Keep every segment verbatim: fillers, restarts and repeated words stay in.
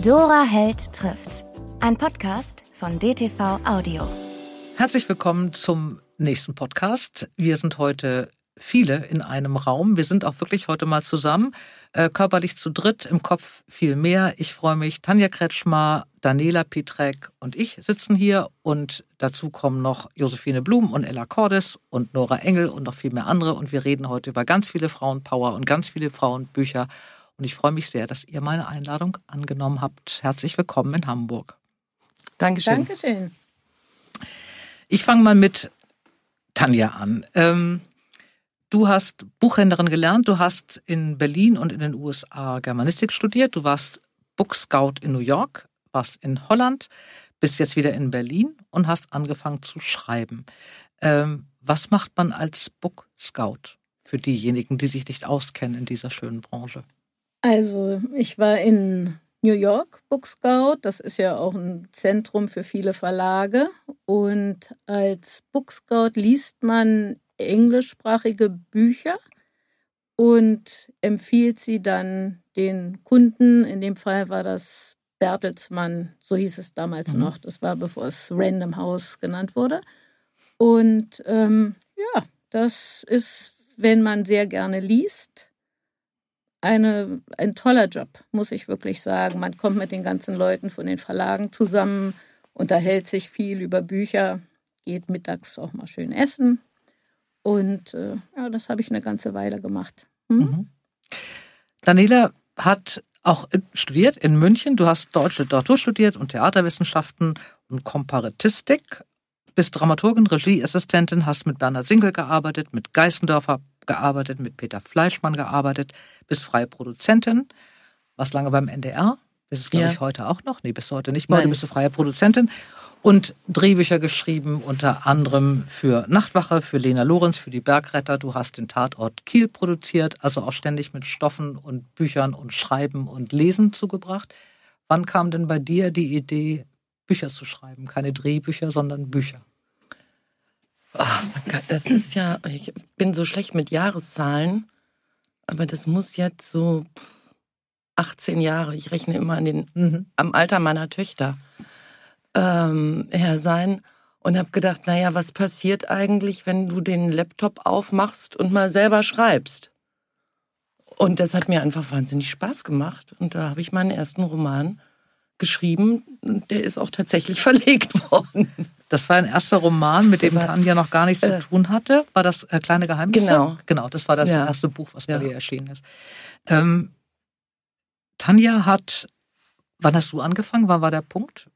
Dora Held trifft. Ein Podcast von D T V Audio. Herzlich willkommen zum nächsten Podcast. Wir sind heute viele in einem Raum. Wir sind auch wirklich heute mal zusammen, äh, körperlich zu dritt, im Kopf viel mehr. Ich freue mich, Tanja Kretschmer, Daniela Pietrek und ich sitzen hier und dazu kommen noch Josephine Blum und Ella Cordes und Nora Engel und noch viel mehr andere und wir reden heute über ganz viele Frauenpower und ganz viele Frauenbücher und ich freue mich sehr, dass ihr meine Einladung angenommen habt. Herzlich willkommen in Hamburg. Dankeschön. Dankeschön. Ich fange mal mit Tanja an. Ähm, Du hast Buchhändlerin gelernt, du hast in Berlin und in den U S A Germanistik studiert, du warst Book Scout in New York, warst in Holland, bist jetzt wieder in Berlin und hast angefangen zu schreiben. Ähm, was macht man als Book Scout für diejenigen, die sich nicht auskennen in dieser schönen Branche? Also ich war in New York Book Scout, das ist ja auch ein Zentrum für viele Verlage und als Book Scout liest man englischsprachige Bücher und empfiehlt sie dann den Kunden. In dem Fall war das Bertelsmann, so hieß es damals mhm. noch. Das war, bevor es Random House genannt wurde. Und ähm, ja, das ist, wenn man sehr gerne liest, eine, ein toller Job, muss ich wirklich sagen. Man kommt mit den ganzen Leuten von den Verlagen zusammen, unterhält sich viel über Bücher, geht mittags auch mal schön essen. Und äh, ja, das habe ich eine ganze Weile gemacht. Hm? Mhm. Daniela hat auch studiert in München. Du hast Deutsche Literatur studiert und Theaterwissenschaften und Komparatistik. Bist Dramaturgin, Regieassistentin, hast mit Bernhard Sinkel gearbeitet, mit Geißendörfer gearbeitet, mit Peter Fleischmann gearbeitet, bist freie Produzentin, warst lange beim N D R, bist es, glaube ja. ich, heute auch noch. Nee, bist du heute nicht mehr, du bist du freie Produzentin. Und Drehbücher geschrieben, unter anderem für Nachtwache, für Lena Lorenz, für die Bergretter. Du hast den Tatort Kiel produziert, also auch ständig mit Stoffen und Büchern und Schreiben und Lesen zugebracht. Wann kam denn bei dir die Idee, Bücher zu schreiben? Keine Drehbücher, sondern Bücher. Oh, das ist ja, ich bin so schlecht mit Jahreszahlen, aber das muss jetzt so achtzehn Jahre, ich rechne immer an den, mhm. am Alter meiner Töchter, Ähm, her sein und habe gedacht, naja, was passiert eigentlich, wenn du den Laptop aufmachst und mal selber schreibst? Und das hat mir einfach wahnsinnig Spaß gemacht. Und da habe ich meinen ersten Roman geschrieben. Und der ist auch tatsächlich verlegt worden. Das war ein erster Roman, mit dem war, Tanja noch gar nichts äh, zu tun hatte. War das äh, Kleine Geheimnisse? Genau. Genau, das war das ja. erste Buch, was bei ja. dir erschienen ist. Ähm, Tanja hat, wann hast du angefangen? Wann war der Punkt?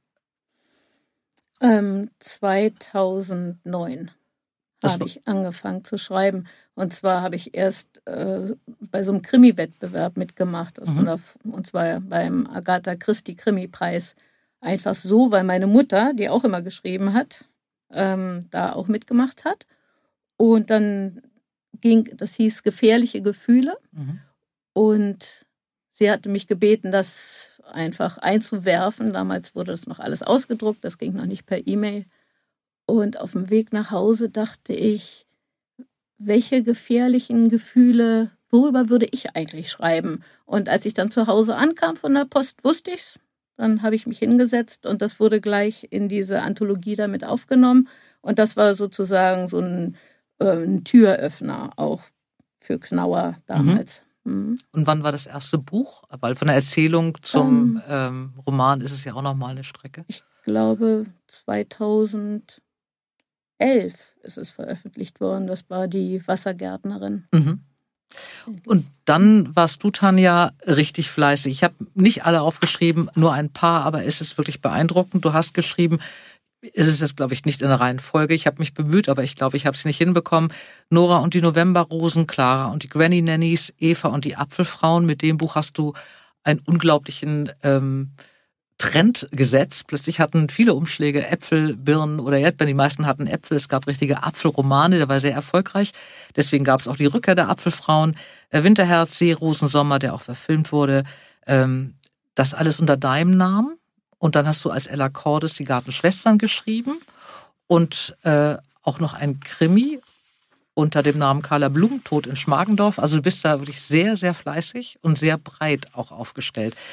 Ähm, zweitausendneun habe ich angefangen zu schreiben. Und zwar habe ich erst äh, bei so einem Krimi-Wettbewerb mitgemacht. Mhm. Der, und zwar beim Agatha Christie Krimi-Preis. Einfach so, weil meine Mutter, die auch immer geschrieben hat, ähm, da auch mitgemacht hat. Und dann ging, das hieß Gefährliche Gefühle. Mhm. Und sie hatte mich gebeten, das einfach einzuwerfen. Damals wurde das noch alles ausgedruckt, das ging noch nicht per E-Mail. Und auf dem Weg nach Hause dachte ich, welche gefährlichen Gefühle, worüber würde ich eigentlich schreiben? Und als ich dann zu Hause ankam von der Post, wusste ich's. Dann habe ich mich hingesetzt und das wurde gleich in diese Anthologie damit aufgenommen. Und das war sozusagen so ein, äh, ein Türöffner auch für Knauer damals. Mhm. Und wann war das erste Buch? Weil von der Erzählung zum um, ähm, Roman ist es ja auch noch mal eine Strecke. Ich glaube zweitausendelf ist es veröffentlicht worden. Das war die Wassergärtnerin. Mhm. Und dann warst du, Tanja, richtig fleißig. Ich habe nicht alle aufgeschrieben, nur ein paar, aber es ist wirklich beeindruckend. Du hast geschrieben, es ist jetzt, glaube ich, nicht in der Reihenfolge. Ich habe mich bemüht, aber ich glaube, ich habe es nicht hinbekommen. Nora und die Novemberrosen, Clara und die Granny Nannies, Eva und die Apfelfrauen. Mit dem Buch hast du einen unglaublichen ähm, Trend gesetzt. Plötzlich hatten viele Umschläge Äpfel, Birnen oder Erdbeeren. Die meisten hatten Äpfel. Es gab richtige Apfelromane, der war sehr erfolgreich. Deswegen gab es auch die Rückkehr der Apfelfrauen. Äh, Winterherz, Seerosen, Sommer, der auch verfilmt wurde. Ähm, das alles unter deinem Namen. Und dann hast du als Ella Cordes die Gartenschwestern geschrieben und äh, auch noch ein Krimi unter dem Namen Carla Blum, Tod in Schmargendorf. Also du bist da wirklich sehr, sehr fleißig und sehr breit auch aufgestellt.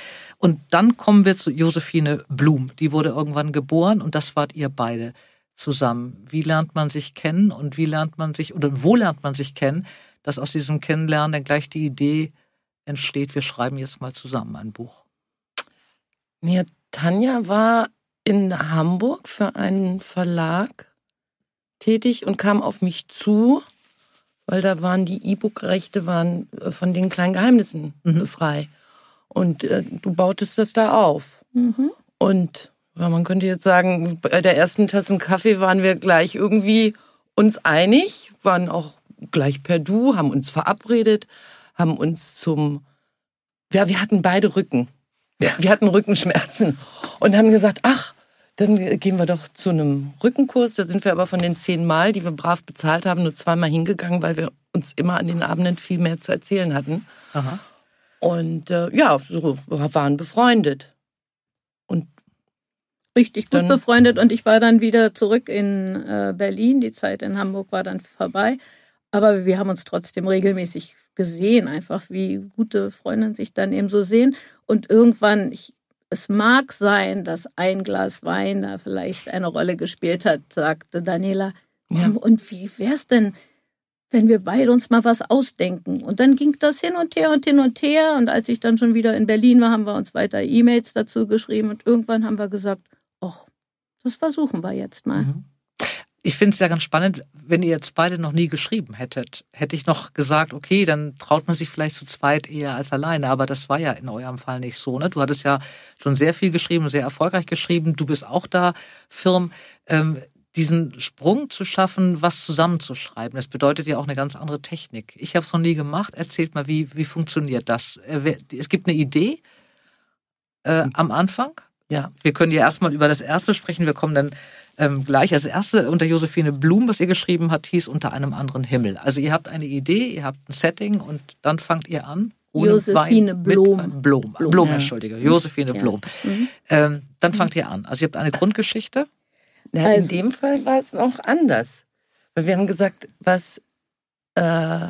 Und dann kommen wir zu Josephine Blum. Die wurde irgendwann geboren und das wart ihr beide zusammen. Wie lernt man sich kennen und wie lernt man sich, oder wo lernt man sich kennen, dass aus diesem Kennenlernen dann gleich die Idee entsteht, wir schreiben jetzt mal zusammen ein Buch? Ja, Tanja war in Hamburg für einen Verlag tätig und kam auf mich zu, weil da waren die E-Book-Rechte waren von den kleinen Geheimnissen mhm. frei. Und äh, du bautest das da auf. Mhm. Und ja, man könnte jetzt sagen, bei der ersten Tasse Kaffee waren wir gleich irgendwie uns einig, waren auch gleich per Du, haben uns verabredet, haben uns zum... Ja, wir hatten beide Rücken. Ja. Wir hatten Rückenschmerzen und haben gesagt, ach, dann gehen wir doch zu einem Rückenkurs. Da sind wir aber von den zehn Mal, die wir brav bezahlt haben, nur zweimal hingegangen, weil wir uns immer an den Abenden viel mehr zu erzählen hatten. Aha. Und äh, ja, so waren befreundet. Und richtig gut befreundet. Und ich war dann wieder zurück in äh, Berlin. Die Zeit in Hamburg war dann vorbei. Aber wir haben uns trotzdem regelmäßig gesehen, einfach wie gute Freundinnen sich dann eben so sehen. Und irgendwann, ich, es mag sein, dass ein Glas Wein da vielleicht eine Rolle gespielt hat, sagte Daniela. Ja. Und wie wär's denn, wenn wir beide uns mal was ausdenken? Und dann ging das hin und her und hin und her. Und als ich dann schon wieder in Berlin war, haben wir uns weiter E-Mails dazu geschrieben. Und irgendwann haben wir gesagt, ach, das versuchen wir jetzt mal. Mhm. Ich finde es ja ganz spannend, wenn ihr jetzt beide noch nie geschrieben hättet, hätte ich noch gesagt, okay, dann traut man sich vielleicht zu zweit eher als alleine. Aber das war ja in eurem Fall nicht so, ne? Du hattest ja schon sehr viel geschrieben, sehr erfolgreich geschrieben. Du bist auch da firm. Ähm, diesen Sprung zu schaffen, was zusammenzuschreiben, das bedeutet ja auch eine ganz andere Technik. Ich habe es noch nie gemacht. Erzählt mal, wie, wie funktioniert das? Es gibt eine Idee äh, am Anfang. Ja. Wir können ja erstmal über das Erste sprechen. Wir kommen dann ähm, gleich. Das Erste unter Josephine Blum, was ihr geschrieben habt, hieß Unter einem anderen Himmel. Also ihr habt eine Idee, ihr habt ein Setting und dann fangt ihr an. Ohne Josephine Wein, Blum. Mit, Blum. Blum, Blum ja. Entschuldige. Josephine ja. Blum. Mhm. Ähm, dann fangt ihr an. Also ihr habt eine Grundgeschichte. Na, also, in dem Fall war es noch anders. Weil wir haben gesagt, was... Äh,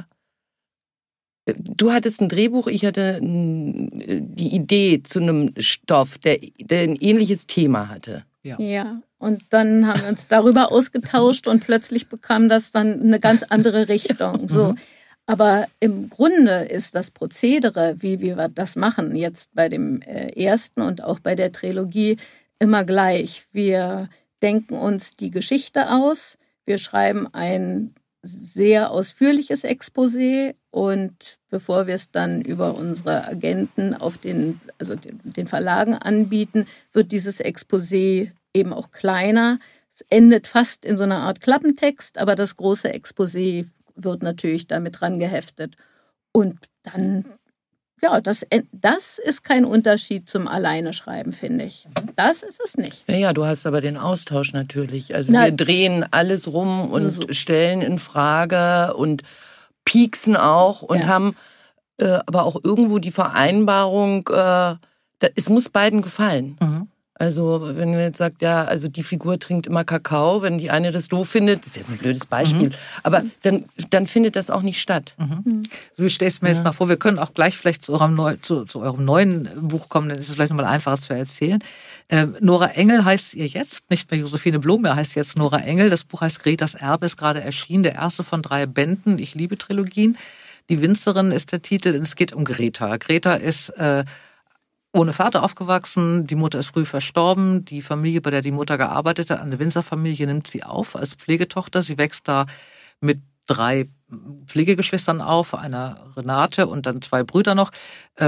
du hattest ein Drehbuch, ich hatte die Idee zu einem Stoff, der, der ein ähnliches Thema hatte. Ja. ja, und dann haben wir uns darüber ausgetauscht und plötzlich bekam das dann eine ganz andere Richtung. So. Mhm. Aber im Grunde ist das Prozedere, wie wir das machen, jetzt bei dem ersten und auch bei der Trilogie, immer gleich. Wir denken uns die Geschichte aus, wir schreiben ein sehr ausführliches Exposé und bevor wir es dann über unsere Agenten auf den, also den, den Verlagen anbieten, wird dieses Exposé eben auch kleiner. Es endet fast in so einer Art Klappentext, aber das große Exposé wird natürlich damit dran geheftet. Und dann, ja, das, das ist kein Unterschied zum Alleine-Schreiben, finde ich. Das ist es nicht. Ja, ja, du hast aber den Austausch natürlich. Also Na, wir drehen alles rum und so. Stellen in Frage und pieksen auch und ja. haben äh, aber auch irgendwo die Vereinbarung, äh, da, es muss beiden gefallen. Mhm. Also wenn man jetzt sagt, ja, also die Figur trinkt immer Kakao, wenn die eine das doof findet, das ist jetzt ein blödes Beispiel, mhm. aber dann, dann findet das auch nicht statt. Mhm. So, ich stelle es mir ja. jetzt mal vor, wir können auch gleich vielleicht zu eurem, Neu- zu, zu eurem neuen Buch kommen, dann ist es vielleicht nochmal einfacher zu erzählen. Ähm, Nora Engel heißt ihr jetzt, nicht mehr Josephine Blum, mehr heißt jetzt Nora Engel. Das Buch heißt Gretas Erbe, ist gerade erschienen, der erste von drei Bänden, Ich liebe Trilogien. Die Winzerin ist der Titel und es geht um Greta. Greta ist äh, ohne Vater aufgewachsen, die Mutter ist früh verstorben, die Familie, bei der die Mutter gearbeitet hat, eine Winzerfamilie, nimmt sie auf als Pflegetochter. Sie wächst da mit drei Pflegegeschwistern auf, einer Renate und dann zwei Brüder noch.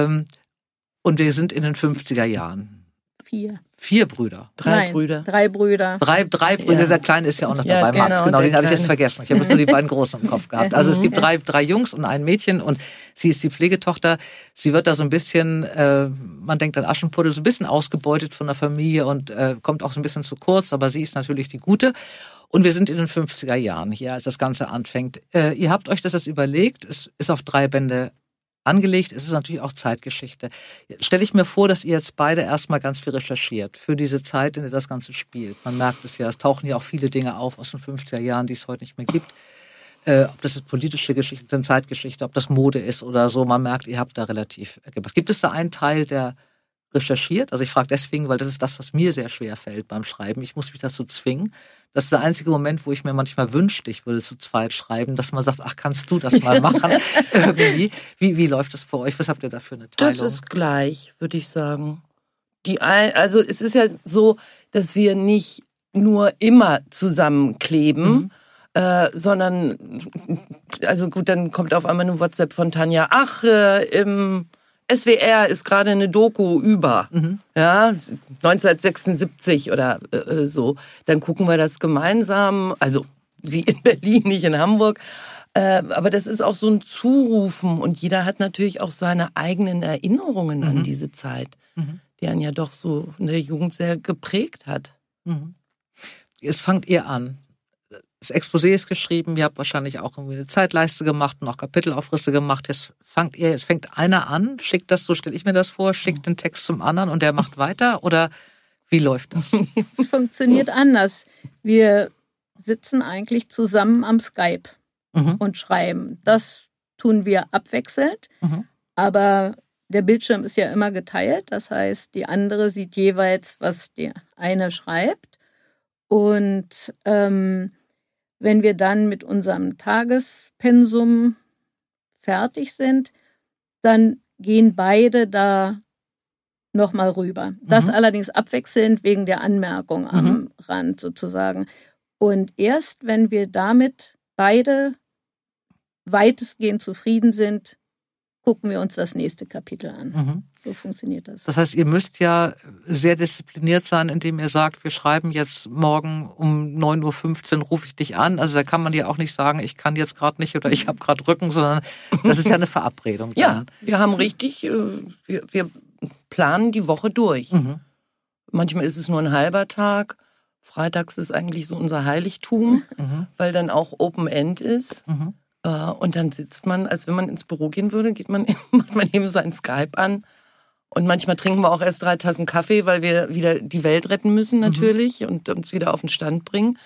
Und wir sind in den fünfziger Jahren. Vier. Vier Brüder. Drei Nein, Brüder. Drei Brüder. Drei, drei Brüder, ja. Der Kleine ist ja auch noch dabei, ja, Mats, genau, den hatte ich jetzt vergessen. Ich habe jetzt nur die beiden Großen im Kopf gehabt. Also es gibt drei, drei Jungs und ein Mädchen und sie ist die Pflegetochter. Sie wird da so ein bisschen, äh, man denkt an Aschenputtel, so ein bisschen ausgebeutet von der Familie und äh, kommt auch so ein bisschen zu kurz, aber sie ist natürlich die Gute. Und wir sind in den fünfziger Jahren hier, als das Ganze anfängt. Äh, ihr habt euch das jetzt überlegt, es ist auf drei Bände angelegt, es ist natürlich auch Zeitgeschichte. Stelle ich mir vor, dass ihr jetzt beide erstmal ganz viel recherchiert für diese Zeit, in der das Ganze spielt. Man merkt es ja, es tauchen ja auch viele Dinge auf aus den fünfziger Jahren, die es heute nicht mehr gibt. Äh, ob das jetzt politische Geschichten sind, Zeitgeschichte, ob das Mode ist oder so, man merkt, ihr habt da relativ gemacht. Gibt es da einen Teil, der recherchiert? Also ich frage deswegen, weil das ist das, was mir sehr schwer fällt beim Schreiben. Ich muss mich dazu zwingen. Das ist der einzige Moment, wo ich mir manchmal wünschte, ich würde zu zweit schreiben, dass man sagt, ach, kannst du das mal machen? Irgendwie. Wie, wie läuft das bei euch? Was habt ihr da für eine Teilung? Das ist gleich, würde ich sagen. Die ein, also es ist ja so, dass wir nicht nur immer zusammenkleben, mhm. äh, sondern, also gut, dann kommt auf einmal eine WhatsApp von Tanja, ach, äh, im S W R ist gerade eine Doku über, mhm. ja, neunzehnhundertsechsundsiebzig oder äh, so. Dann gucken wir das gemeinsam, also sie in Berlin, nicht in Hamburg. Äh, aber das ist auch so ein Zurufen und jeder hat natürlich auch seine eigenen Erinnerungen mhm. an diese Zeit, mhm. die einen ja doch so in der Jugend sehr geprägt hat. Mhm. Jetzt fangt ihr an. Das Exposé ist geschrieben, ihr habt wahrscheinlich auch irgendwie eine Zeitleiste gemacht und auch Kapitelaufrisse gemacht. Jetzt fangt ihr, jetzt fängt einer an, schickt das, so stelle ich mir das vor, schickt den Text zum anderen und der macht weiter oder wie läuft das? Es funktioniert anders. Wir sitzen eigentlich zusammen am Skype mhm. und schreiben. Das tun wir abwechselnd, mhm. aber der Bildschirm ist ja immer geteilt. Das heißt, die andere sieht jeweils, was die eine schreibt und ähm, wenn wir dann mit unserem Tagespensum fertig sind, dann gehen beide da nochmal rüber. Das mhm. allerdings abwechselnd wegen der Anmerkung mhm. am Rand sozusagen. Und erst wenn wir damit beide weitestgehend zufrieden sind, gucken wir uns das nächste Kapitel an. Mhm. So funktioniert das. Das heißt, ihr müsst ja sehr diszipliniert sein, indem ihr sagt, wir schreiben jetzt morgen um neun Uhr fünfzehn rufe ich dich an. Also da kann man ja auch nicht sagen, ich kann jetzt gerade nicht oder ich habe gerade Rücken, sondern das ist ja eine Verabredung. Ja, dann. wir haben richtig, wir, wir planen die Woche durch. Mhm. Manchmal ist es nur ein halber Tag. Freitags ist eigentlich so unser Heiligtum, mhm. weil dann auch Open End ist. Mhm. Und dann sitzt man, als wenn man ins Büro gehen würde, geht man, macht man eben seinen Skype an. Und manchmal trinken wir auch erst drei Tassen Kaffee, weil wir wieder die Welt retten müssen natürlich mhm. und uns wieder auf den Stand bringen.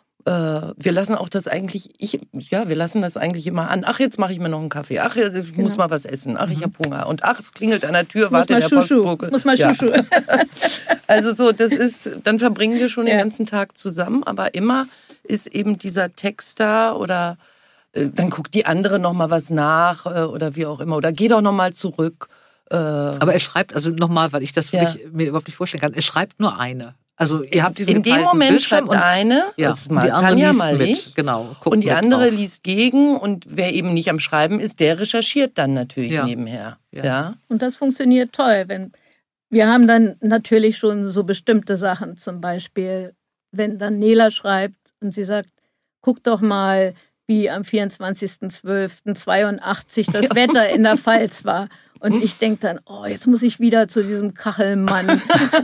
Wir lassen auch das eigentlich, ich, ja, wir lassen das eigentlich immer an. Ach, jetzt mache ich mir noch einen Kaffee. Ach, ich genau. muss mal was essen. Ach, mhm. ich habe Hunger. Und ach, es klingelt an der Tür, warte in der Postbote. Muss mal Schuschu. Ja. Also so, das ist, dann verbringen wir schon ja. den ganzen Tag zusammen. Aber immer ist eben dieser Text da oder dann guckt die andere noch mal was nach oder wie auch immer. Oder geh doch noch mal zurück. Aber er schreibt, also nochmal, weil ich das ja. mir überhaupt nicht vorstellen kann, er schreibt nur eine. Also ihr habt diesen In dem Moment schreibt und, eine, ja, und die andere Tanja liest mal mit. Ich, genau, und die andere drauf. Liest gegen und wer eben nicht am Schreiben ist, der recherchiert dann natürlich ja. nebenher. Ja. ja. Und das funktioniert toll. Wenn wir haben dann natürlich schon so bestimmte Sachen, zum Beispiel, wenn dann Nela schreibt und sie sagt, guck doch mal, wie am vierundzwanzigsten zwölften zweiundachtzig das Wetter in der Pfalz war. Und ich denke dann, oh, jetzt muss ich wieder zu diesem Kachelmann.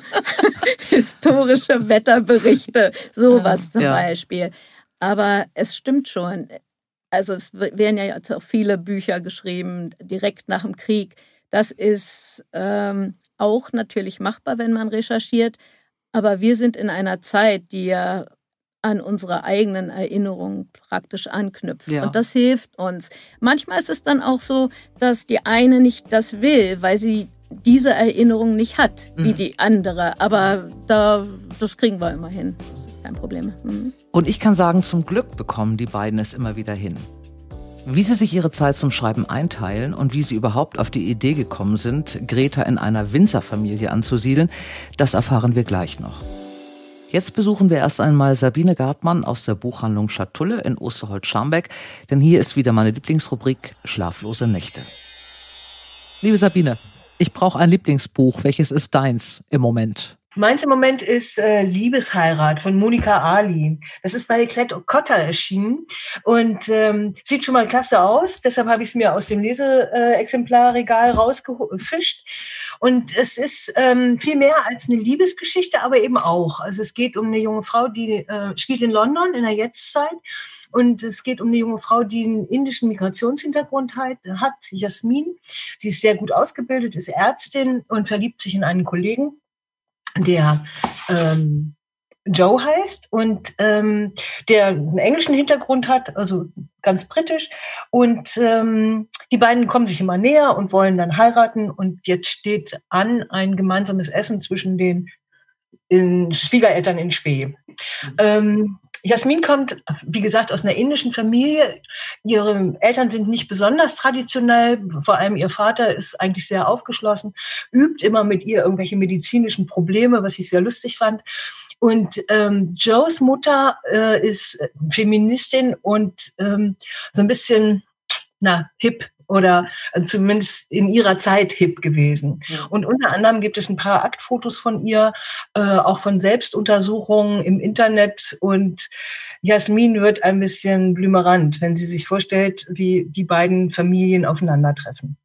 Historische Wetterberichte, sowas zum ja. Beispiel. Aber es stimmt schon. Also es werden ja jetzt auch viele Bücher geschrieben, direkt nach dem Krieg. Das ist ähm, auch natürlich machbar, wenn man recherchiert. Aber wir sind in einer Zeit, die ja an unsere eigenen Erinnerungen praktisch anknüpft. Ja. Und das hilft uns. Manchmal ist es dann auch so, dass die eine nicht das will, weil sie diese Erinnerung nicht hat, wie mhm. die andere. Aber da, das kriegen wir immer hin. Das ist kein Problem. Mhm. Und ich kann sagen, zum Glück bekommen die beiden es immer wieder hin. Wie sie sich ihre Zeit zum Schreiben einteilen und wie sie überhaupt auf die Idee gekommen sind, Greta in einer Winzerfamilie anzusiedeln, das erfahren wir gleich noch. Jetzt besuchen wir erst einmal Sabine Gartmann aus der Buchhandlung Schatulle in Osterholz-Scharmbeck, denn hier ist wieder meine Lieblingsrubrik Schlaflose Nächte. Liebe Sabine, ich brauche ein Lieblingsbuch. Welches ist deins im Moment? Meins im Moment ist äh, Liebesheirat von Monika Ali. Das ist bei Klett und Cotta erschienen und ähm, sieht schon mal klasse aus. Deshalb habe ich es mir aus dem Leseexemplarregal rausgefischt. Und es ist ähm, viel mehr als eine Liebesgeschichte, aber eben auch. Also es geht um eine junge Frau, die äh, spielt in London in der Jetztzeit. Und es geht um eine junge Frau, die einen indischen Migrationshintergrund hat, hat, Jasmin. Sie ist sehr gut ausgebildet, ist Ärztin und verliebt sich in einen Kollegen, der ähm, Joe heißt und ähm, der einen englischen Hintergrund hat, also ganz britisch. Und ähm, die beiden kommen sich immer näher und wollen dann heiraten. Und jetzt steht an ein gemeinsames Essen zwischen den in Schwiegereltern in Spee. Mhm. Ähm, Jasmin kommt, wie gesagt, aus einer indischen Familie. Ihre Eltern sind nicht besonders traditionell. Vor allem ihr Vater ist eigentlich sehr aufgeschlossen, übt immer mit ihr irgendwelche medizinischen Probleme, was ich sehr lustig fand. Und ähm, Joes Mutter äh, ist Feministin und ähm, so ein bisschen, na, hip oder also zumindest in ihrer Zeit hip gewesen. Ja. Und unter anderem gibt es ein paar Aktfotos von ihr, äh, auch von Selbstuntersuchungen im Internet. Und Jasmin wird ein bisschen blümerant, wenn sie sich vorstellt, wie die beiden Familien aufeinandertreffen.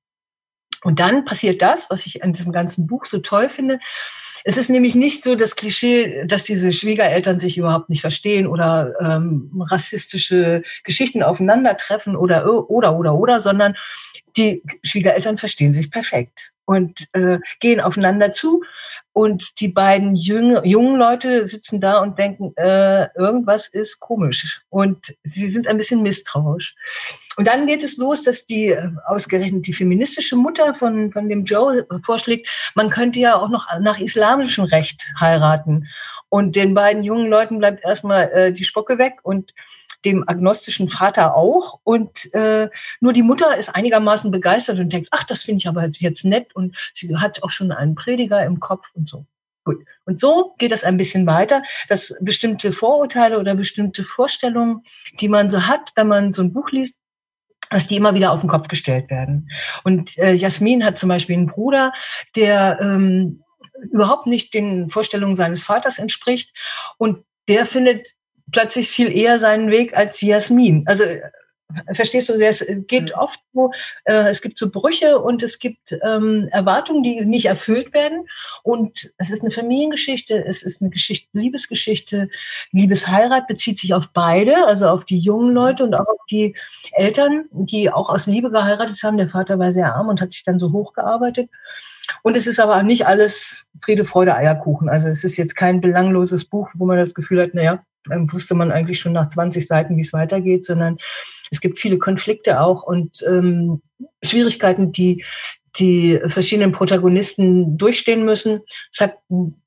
Und dann passiert das, was ich an diesem ganzen Buch so toll finde. Es ist nämlich nicht so das Klischee, dass diese Schwiegereltern sich überhaupt nicht verstehen oder ähm, rassistische Geschichten aufeinandertreffen oder oder oder oder, sondern die Schwiegereltern verstehen sich perfekt und äh, gehen aufeinander zu. Und die beiden jüng, jungen Leute sitzen da und denken, äh, irgendwas ist komisch. Und sie sind ein bisschen misstrauisch. Und dann geht es los, dass die ausgerechnet die feministische Mutter von, von dem Joe vorschlägt, man könnte ja auch noch nach islamischem Recht heiraten. Und den beiden jungen Leuten bleibt erstmal äh, die Spucke weg und dem agnostischen Vater auch. Und äh, nur die Mutter ist einigermaßen begeistert und denkt, ach, das finde ich aber jetzt nett. Und sie hat auch schon einen Prediger im Kopf und so. Gut. Und so geht es ein bisschen weiter, dass bestimmte Vorurteile oder bestimmte Vorstellungen, die man so hat, wenn man so ein Buch liest, dass die immer wieder auf den Kopf gestellt werden. Und äh, Jasmin hat zum Beispiel einen Bruder, der ähm, überhaupt nicht den Vorstellungen seines Vaters entspricht. Und der findet plötzlich viel eher seinen Weg als Jasmin. Also verstehst du, es geht oft so, äh, es gibt so Brüche und es gibt ähm, Erwartungen, die nicht erfüllt werden. Und es ist eine Familiengeschichte, es ist eine Geschichte, Liebesgeschichte. Liebesheirat bezieht sich auf beide, also auf die jungen Leute und auch auf die Eltern, die auch aus Liebe geheiratet haben. Der Vater war sehr arm und hat sich dann so hochgearbeitet. Und es ist aber nicht alles Friede, Freude, Eierkuchen. Also es ist jetzt kein belangloses Buch, wo man das Gefühl hat, naja, dann wusste man eigentlich schon nach zwanzig Seiten, wie es weitergeht, sondern es gibt viele Konflikte auch und ähm, Schwierigkeiten, die die verschiedenen Protagonisten durchstehen müssen. Es hat ein,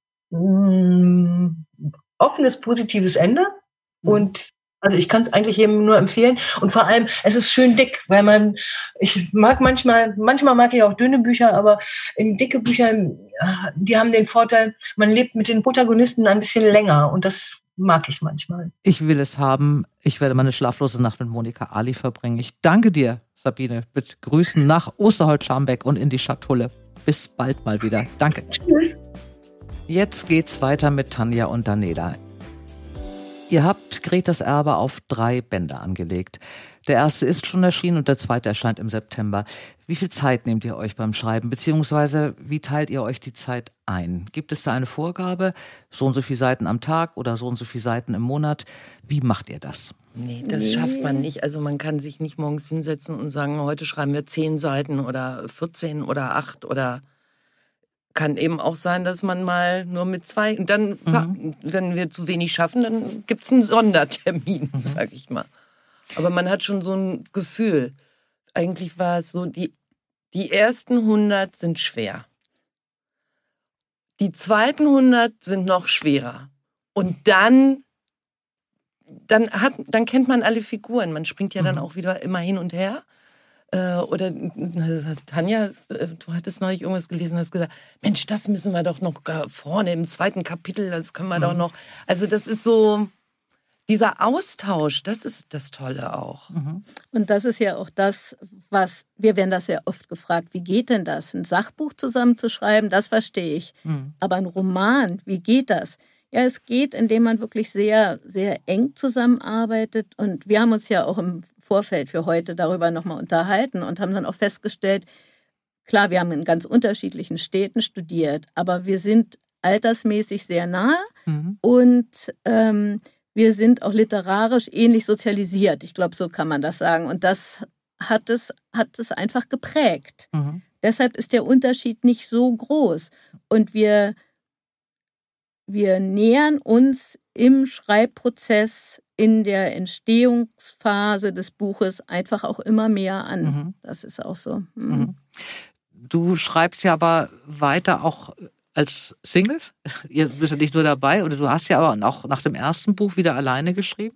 ein offenes, positives Ende und also ich kann es eigentlich jedem nur empfehlen. Und vor allem, es ist schön dick, weil man, ich mag manchmal, manchmal mag ich auch dünne Bücher, aber in dicke Bücher, die haben den Vorteil, man lebt mit den Protagonisten ein bisschen länger und das mag ich manchmal. Ich will es haben. Ich werde meine schlaflose Nacht mit Monika Ali verbringen. Ich danke dir, Sabine, mit Grüßen nach Osterholz-Scharmbeck und in die Schatulle. Bis bald mal wieder. Danke. Tschüss. Jetzt geht's weiter mit Tanja und Daniela. Ihr habt Gretas Erbe auf drei Bände angelegt. Der erste ist schon erschienen und der zweite erscheint im September. Wie viel Zeit nehmt ihr euch beim Schreiben, beziehungsweise wie teilt ihr euch die Zeit ein? Gibt es da eine Vorgabe, so und so viele Seiten am Tag oder so und so viele Seiten im Monat? Wie macht ihr das? Nee, das nee. schafft man nicht. Also man kann sich nicht morgens hinsetzen und sagen, heute schreiben wir zehn Seiten oder vierzehn oder acht oder... Kann eben auch sein, dass man mal nur mit zwei, und dann, mhm. wenn wir zu wenig schaffen, dann gibt's einen Sondertermin, mhm. sag ich mal. Aber man hat schon so ein Gefühl. Eigentlich war es so, die, die ersten hundert sind schwer. Die zweiten hundert sind noch schwerer. Und dann, dann hat, dann kennt man alle Figuren. Man springt ja dann mhm. auch wieder immer hin und her. Oder Tanja, du hattest neulich irgendwas gelesen und hast gesagt, Mensch, das müssen wir doch noch vorne im zweiten Kapitel, das können wir mhm. doch noch. Also das ist so, dieser Austausch, das ist das Tolle auch. Mhm. Und das ist ja auch das, was, wir werden das ja oft gefragt, wie geht denn das? Ein Sachbuch zusammenzuschreiben, das verstehe ich. Mhm. Aber ein Roman, wie geht das? Ja, es geht, indem man wirklich sehr, sehr eng zusammenarbeitet. Und wir haben uns ja auch im Vorfeld für heute darüber nochmal unterhalten und haben dann auch festgestellt, klar, wir haben in ganz unterschiedlichen Städten studiert, aber wir sind altersmäßig sehr nahe mhm. und ähm, wir sind auch literarisch ähnlich sozialisiert. Ich glaube, so kann man das sagen. Und das hat es, hat es einfach geprägt. Mhm. Deshalb ist der Unterschied nicht so groß. Und wir... wir nähern uns im Schreibprozess, in der Entstehungsphase des Buches einfach auch immer mehr an. Mhm. Das ist auch so. Mhm. Mhm. Du schreibst ja aber weiter auch als Single. Ihr bist ja nicht nur dabei, oder du hast ja aber auch nach dem ersten Buch wieder alleine geschrieben?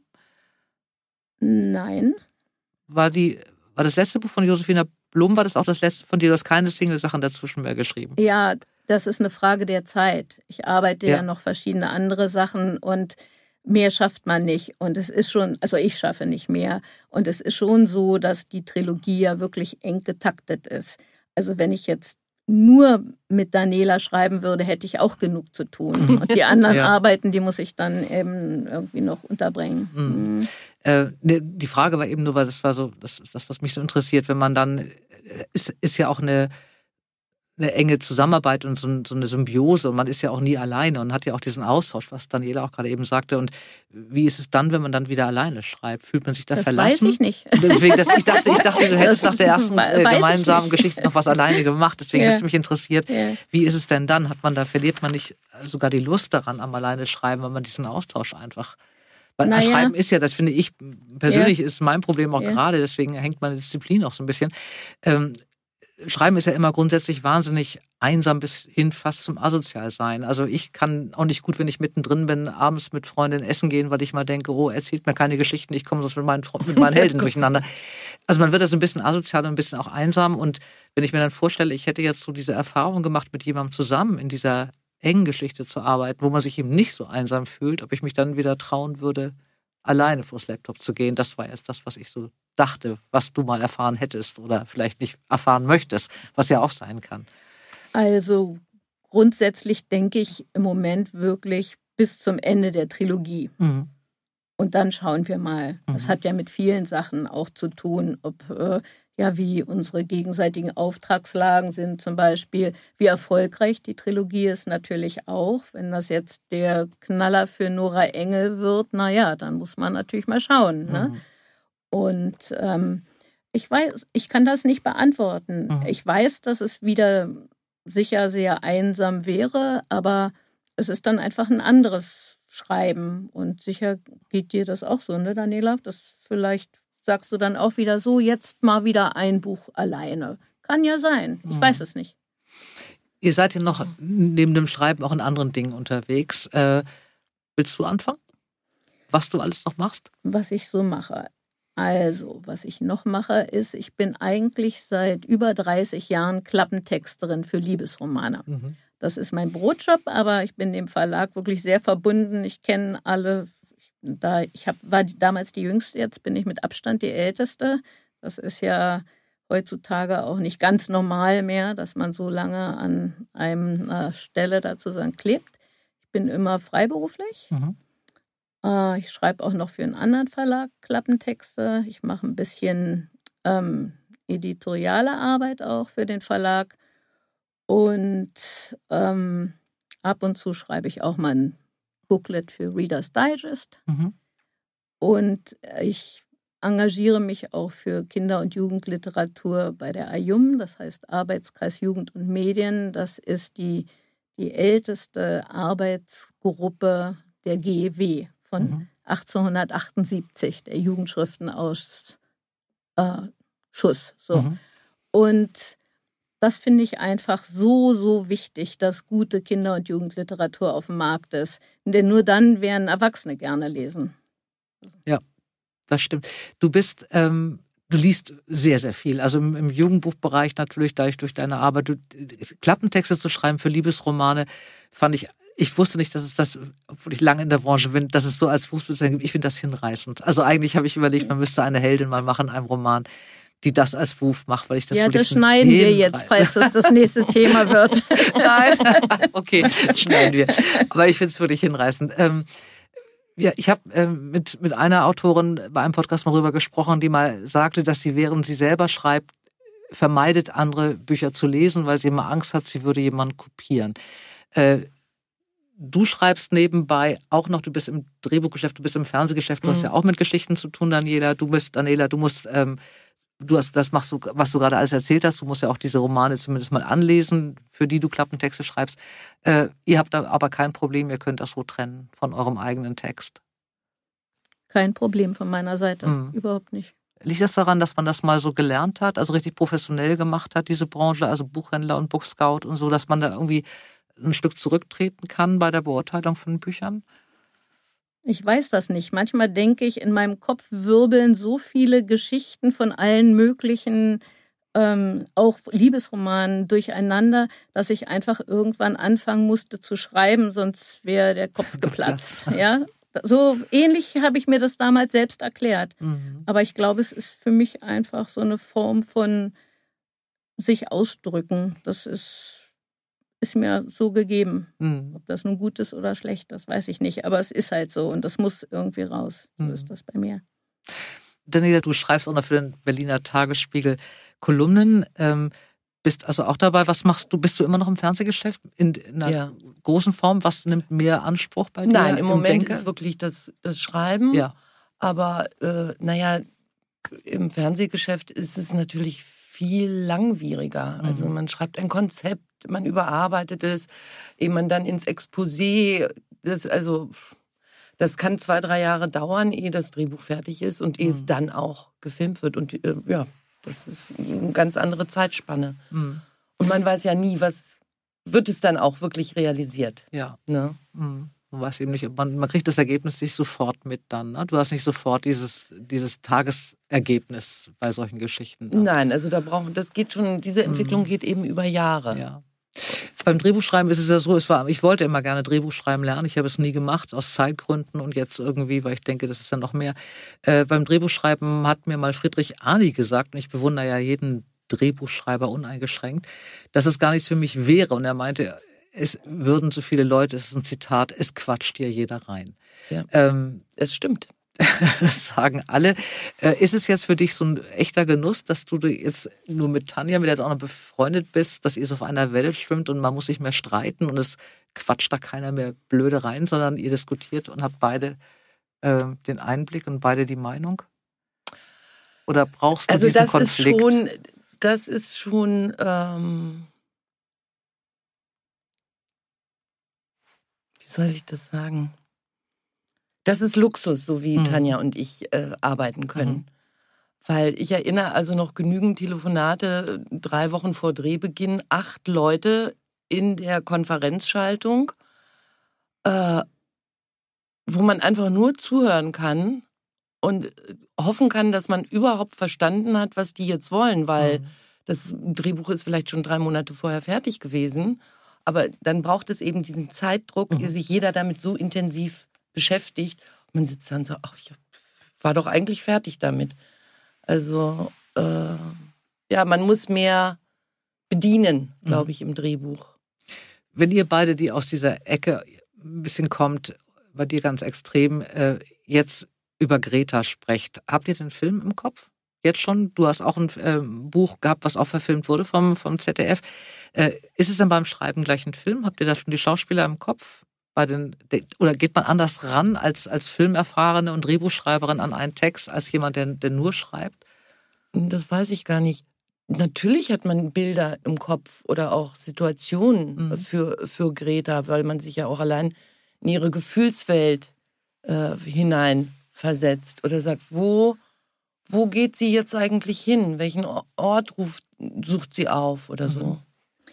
Nein. War die, war das letzte Buch von Josephina Blum, war das auch das letzte von dir? Du hast keine Single-Sachen dazwischen mehr geschrieben? Ja, das ist eine Frage der Zeit. Ich arbeite ja, ja noch verschiedene andere Sachen und mehr schafft man nicht. Und es ist schon, also ich schaffe nicht mehr. Und es ist schon so, dass die Trilogie ja wirklich eng getaktet ist. Also wenn ich jetzt nur mit Daniela schreiben würde, hätte ich auch genug zu tun. Und die anderen ja. Arbeiten, die muss ich dann eben irgendwie noch unterbringen. Mhm. Mhm. Äh, die Frage war eben nur, weil das war so, das, das was mich so interessiert, wenn man dann, ist, ist ja auch eine, eine enge Zusammenarbeit und so, so eine Symbiose, und man ist ja auch nie alleine und hat ja auch diesen Austausch, was Daniela auch gerade eben sagte. Und wie ist es dann, wenn man dann wieder alleine schreibt? Fühlt man sich da das verlassen? Das weiß ich nicht. Deswegen, das, ich, dachte, ich dachte, du hättest das nach der ersten äh, gemeinsamen Geschichte noch was alleine gemacht. Deswegen ja. hat es mich interessiert, ja. wie ist es denn dann? Hat man da, verliert man nicht sogar die Lust daran am alleine schreiben, weil man diesen Austausch einfach... Weil naja. Schreiben ist ja, das finde ich persönlich, ja. ist mein Problem auch ja. gerade, deswegen hängt meine Disziplin auch so ein bisschen. Ähm, Schreiben ist ja immer grundsätzlich wahnsinnig einsam bis hin fast zum Asozialsein. Also ich kann auch nicht gut, wenn ich mittendrin bin, abends mit Freundinnen essen gehen, weil ich mal denke, oh, erzählt mir keine Geschichten, ich komme sonst mit meinen, mit meinen Helden durcheinander. Also man wird da so ein bisschen asozial und ein bisschen auch einsam. Und wenn ich mir dann vorstelle, ich hätte jetzt so diese Erfahrung gemacht, mit jemandem zusammen in dieser engen Geschichte zu arbeiten, wo man sich eben nicht so einsam fühlt, ob ich mich dann wieder trauen würde, alleine vors Laptop zu gehen. Das war jetzt das, was ich so dachte, was du mal erfahren hättest oder vielleicht nicht erfahren möchtest, was ja auch sein kann. Also grundsätzlich denke ich im Moment wirklich bis zum Ende der Trilogie. Mhm. Und dann schauen wir mal. Mhm. Das hat ja mit vielen Sachen auch zu tun, ob äh, ja wie unsere gegenseitigen Auftragslagen sind zum Beispiel, wie erfolgreich die Trilogie ist natürlich auch. Wenn das jetzt der Knaller für Nora Engel wird, naja, dann muss man natürlich mal schauen, ne? Mhm. Und ähm, ich weiß, ich kann das nicht beantworten. Mhm. Ich weiß, dass es wieder sicher sehr einsam wäre, aber es ist dann einfach ein anderes Schreiben. Und sicher geht dir das auch so, ne, Daniela? Das vielleicht sagst du dann auch wieder so, jetzt mal wieder ein Buch alleine. Kann ja sein. Ich mhm. weiß es nicht. Ihr seid ja noch neben dem Schreiben auch in anderen Dingen unterwegs. Äh, willst du anfangen? Was du alles noch machst? Was ich so mache. Also, was ich noch mache, ist, ich bin eigentlich seit über dreißig Jahren Klappentexterin für Liebesromane. Mhm. Das ist mein Brotjob, aber ich bin dem Verlag wirklich sehr verbunden. Ich kenne alle, da ich hab, war damals die Jüngste, jetzt bin ich mit Abstand die Älteste. Das ist ja heutzutage auch nicht ganz normal mehr, dass man so lange an einer Stelle da zusammen klebt. Ich bin immer freiberuflich. Mhm. Ich schreibe auch noch für einen anderen Verlag Klappentexte. Ich mache ein bisschen ähm, editoriale Arbeit auch für den Verlag. Und ähm, ab und zu schreibe ich auch mal ein Booklet für Reader's Digest. Mhm. Und ich engagiere mich auch für Kinder- und Jugendliteratur bei der A J U M, das heißt Arbeitskreis Jugend und Medien. Das ist die, die älteste Arbeitsgruppe der G E W. Von mhm. achtzehnhundertachtundsiebzig, der Jugendschriftenausschuss. Äh, so. Mhm. Und das finde ich einfach so, so wichtig, dass gute Kinder- und Jugendliteratur auf dem Markt ist. Denn nur dann werden Erwachsene gerne lesen. Ja, das stimmt. Du bist, ähm, du liest sehr, sehr viel. Also im, im Jugendbuchbereich natürlich, dadurch durch deine Arbeit. Du, Klappentexte zu schreiben für Liebesromane fand ich. Ich wusste nicht, dass es das, obwohl ich lange in der Branche bin, dass es so als Fußballstar gibt. Ich finde das hinreißend. Also eigentlich habe ich überlegt, man müsste eine Heldin mal machen in einem Roman, die das als Beruf macht, weil ich das ja, das schneiden wir jetzt, falls das das nächste Thema wird. Nein, okay, schneiden wir. Aber ich finde es wirklich hinreißend. Ähm, ja, ich habe ähm, mit mit einer Autorin bei einem Podcast mal drüber gesprochen, die mal sagte, dass sie, während sie selber schreibt, vermeidet, andere Bücher zu lesen, weil sie immer Angst hat, sie würde jemanden kopieren. Äh, Du schreibst nebenbei auch noch, du bist im Drehbuchgeschäft, du bist im Fernsehgeschäft, du mhm. hast ja auch mit Geschichten zu tun, Daniela. Du bist, Daniela, du musst ähm, du hast, das machst du, was du gerade alles erzählt hast, du musst ja auch diese Romane zumindest mal anlesen, für die du Klappentexte schreibst. Äh, ihr habt da aber kein Problem, ihr könnt das so trennen von eurem eigenen Text. Kein Problem von meiner Seite, mhm. überhaupt nicht. Liegt das daran, dass man das mal so gelernt hat, also richtig professionell gemacht hat, diese Branche, also Buchhändler und Bookscout und so, dass man da irgendwie ein Stück zurücktreten kann bei der Beurteilung von Büchern? Ich weiß das nicht. Manchmal denke ich, in meinem Kopf wirbeln so viele Geschichten von allen möglichen, ähm, auch Liebesromanen durcheinander, dass ich einfach irgendwann anfangen musste zu schreiben, sonst wäre der Kopf geplatzt. Ja? So ähnlich habe ich mir das damals selbst erklärt. Mhm. Aber ich glaube, es ist für mich einfach so eine Form von sich ausdrücken. Das ist... ist mir so gegeben. Mhm. Ob das nun gut ist oder schlecht, das weiß ich nicht. Aber es ist halt so und das muss irgendwie raus. So mhm. ist das bei mir. Daniela, du schreibst auch noch für den Berliner Tagesspiegel Kolumnen. Ähm, bist also auch dabei. Was machst du? Bist du immer noch im Fernsehgeschäft in, in einer ja. großen Form? Was nimmt mehr Anspruch bei dir? Nein, im, im Moment Denke? ist wirklich das, das Schreiben. Ja. Aber äh, naja, im Fernsehgeschäft ist es natürlich viel langwieriger. Mhm. Also man schreibt ein Konzept, man überarbeitet es, ehe man dann ins Exposé, das, also das kann zwei, drei Jahre dauern, ehe das Drehbuch fertig ist und ehe mhm. es dann auch gefilmt wird. Und äh, ja, das ist eine ganz andere Zeitspanne. Mhm. Und man weiß ja nie, was wird es dann auch wirklich realisiert. Ja. Ne? Mhm. Man weiß eben nicht, man, man kriegt das Ergebnis nicht sofort mit dann. Ne? Du hast nicht sofort dieses, dieses Tagesergebnis bei solchen Geschichten. Dann. Nein, also da brauchen, das geht schon, diese Entwicklung mhm. geht eben über Jahre. Ja. Beim Drehbuchschreiben ist es ja so, es war, ich wollte immer gerne Drehbuchschreiben lernen, ich habe es nie gemacht, aus Zeitgründen und jetzt irgendwie, weil ich denke, das ist ja noch mehr. Äh, beim Drehbuchschreiben hat mir mal Friedrich Arni gesagt, und ich bewundere ja jeden Drehbuchschreiber uneingeschränkt, dass es gar nichts für mich wäre. Und er meinte, es würden so viele Leute, es ist ein Zitat, es quatscht hier jeder rein. Ja, ähm, es stimmt. Das sagen alle. Äh, ist es jetzt für dich so ein echter Genuss, dass du jetzt nur mit Tanja, mit der du auch noch befreundet bist, dass ihr so auf einer Welle schwimmt und man muss nicht mehr streiten und es quatscht da keiner mehr blöde rein, sondern ihr diskutiert und habt beide äh, den Einblick und beide die Meinung? Oder brauchst du also diesen das Konflikt? Ist schon, das ist schon... Ähm wie soll ich das sagen? Das ist Luxus, so wie mhm. Tanja und ich äh, arbeiten können. Mhm. Weil ich erinnere also noch genügend Telefonate, drei Wochen vor Drehbeginn, acht Leute in der Konferenzschaltung, äh, wo man einfach nur zuhören kann und hoffen kann, dass man überhaupt verstanden hat, was die jetzt wollen, weil mhm. das Drehbuch ist vielleicht schon drei Monate vorher fertig gewesen. Aber dann braucht es eben diesen Zeitdruck, mhm. sich jeder damit so intensiv beschäftigt. Und man sitzt dann und sagt, ach, ich war doch eigentlich fertig damit. Also, äh, ja, man muss mehr bedienen, glaube ich, im Drehbuch. Wenn ihr beide, die aus dieser Ecke ein bisschen kommt, bei dir ganz extrem, äh, jetzt über Greta sprecht, habt ihr den Film im Kopf? Jetzt schon? Du hast auch ein äh, Buch gehabt, was auch verfilmt wurde vom, vom Z D F. Äh, ist es dann beim Schreiben gleich ein Film? Habt ihr da schon die Schauspieler im Kopf? Bei den, oder geht man anders ran als, als Filmerfahrene und Drehbuchschreiberin an einen Text, als jemand, der, der nur schreibt? Das weiß ich gar nicht. Natürlich hat man Bilder im Kopf oder auch Situationen mhm. für, für Greta, weil man sich ja auch allein in ihre Gefühlswelt äh, hineinversetzt oder sagt, wo, wo geht sie jetzt eigentlich hin? Welchen Ort ruft, sucht sie auf oder so? Mhm.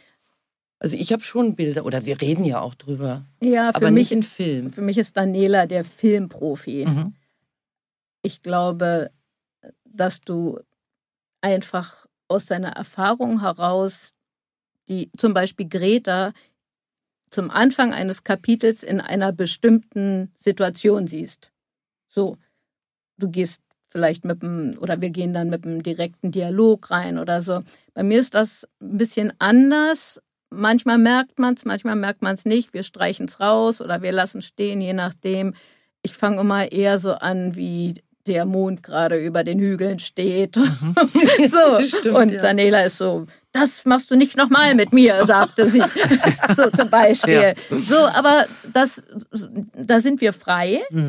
Also ich habe schon Bilder, oder wir reden ja auch drüber, ja, für aber mich, nicht in Film. Für mich ist Daniela der Filmprofi. Mhm. Ich glaube, dass du einfach aus deiner Erfahrung heraus, die zum Beispiel Greta zum Anfang eines Kapitels in einer bestimmten Situation siehst. So, du gehst vielleicht mit dem, oder wir gehen dann mit einem direkten Dialog rein oder so. Bei mir ist das ein bisschen anders. Manchmal merkt man es, manchmal merkt man es nicht. Wir streichen es raus oder wir lassen stehen, je nachdem. Ich fange immer eher so an, wie der Mond gerade über den Hügeln steht. Mhm. So. Stimmt, und ja. Daniela ist so, das machst du nicht nochmal mit mir, sagte sie. So zum Beispiel. Ja. So, aber das, da sind wir frei. Mhm.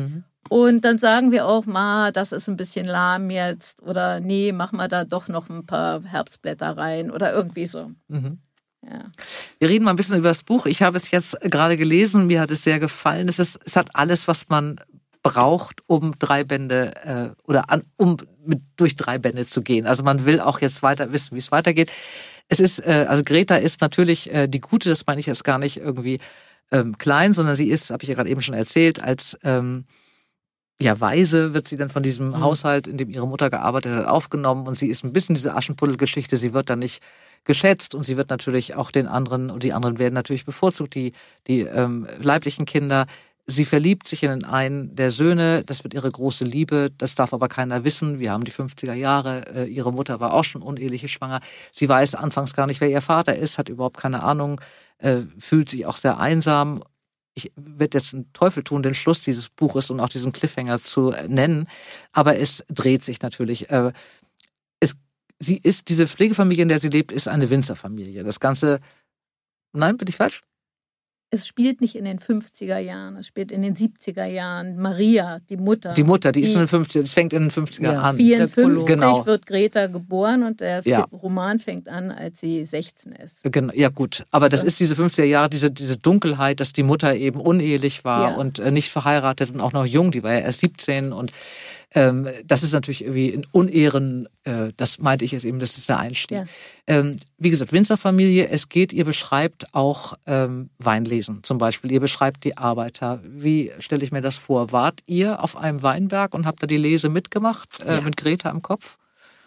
Und dann sagen wir auch mal, das ist ein bisschen lahm jetzt oder nee, machen wir da doch noch ein paar Herbstblätter rein oder irgendwie so. Mhm. Ja. Wir reden mal ein bisschen über das Buch. Ich habe es jetzt gerade gelesen, mir hat es sehr gefallen. Es, ist, es hat alles, was man braucht, um drei Bände äh, oder an, um mit, durch drei Bände zu gehen. Also man will auch jetzt weiter wissen, wie es weitergeht. Es ist, äh, also Greta ist natürlich äh, die Gute, das meine ich jetzt gar nicht irgendwie ähm, klein, sondern sie ist, habe ich ja gerade eben schon erzählt, als ähm, ja, Waise wird sie dann von diesem mhm. Haushalt, in dem ihre Mutter gearbeitet hat, aufgenommen und sie ist ein bisschen diese Aschenputtel-Geschichte, sie wird dann nicht geschätzt und sie wird natürlich auch den anderen, und die anderen werden natürlich bevorzugt, die, die ähm, leiblichen Kinder. Sie verliebt sich in den einen der Söhne, das wird ihre große Liebe, das darf aber keiner wissen. Wir haben die fünfziger Jahre, äh, ihre Mutter war auch schon uneheliche schwanger. Sie weiß anfangs gar nicht, wer ihr Vater ist, hat überhaupt keine Ahnung, äh, fühlt sich auch sehr einsam. Ich werde jetzt einen Teufel tun, den Schluss dieses Buches und auch diesen Cliffhanger zu nennen, aber es dreht sich natürlich. Äh, es, sie ist, diese Pflegefamilie, in der sie lebt, ist eine Winzerfamilie. Das Ganze, nein, bin ich falsch? Es spielt nicht in den fünfziger Jahren, es spielt in den siebziger Jahren. Maria, die Mutter. Die Mutter, die, die ist in den fünfziger, es fängt in den fünfziger ja, an. vierundfünfzig genau. wird Greta geboren und der ja. Roman fängt an, als sie sechzehn ist. Genau, ja gut, aber das, das ist diese fünfziger Jahre, diese, diese Dunkelheit, dass die Mutter eben unehelich war ja. und äh, nicht verheiratet und auch noch jung, die war ja erst siebzehn und ähm, das ist natürlich irgendwie in Unehren, äh, das meinte ich jetzt eben, das ist der Einstieg. Ja. Ähm, wie gesagt, Winzerfamilie, es geht, ihr beschreibt auch ähm, Weinlesen zum Beispiel, ihr beschreibt die Arbeiter. Wie stelle ich mir das vor? Wart ihr auf einem Weinberg und habt da die Lese mitgemacht, äh, ja. mit Greta im Kopf?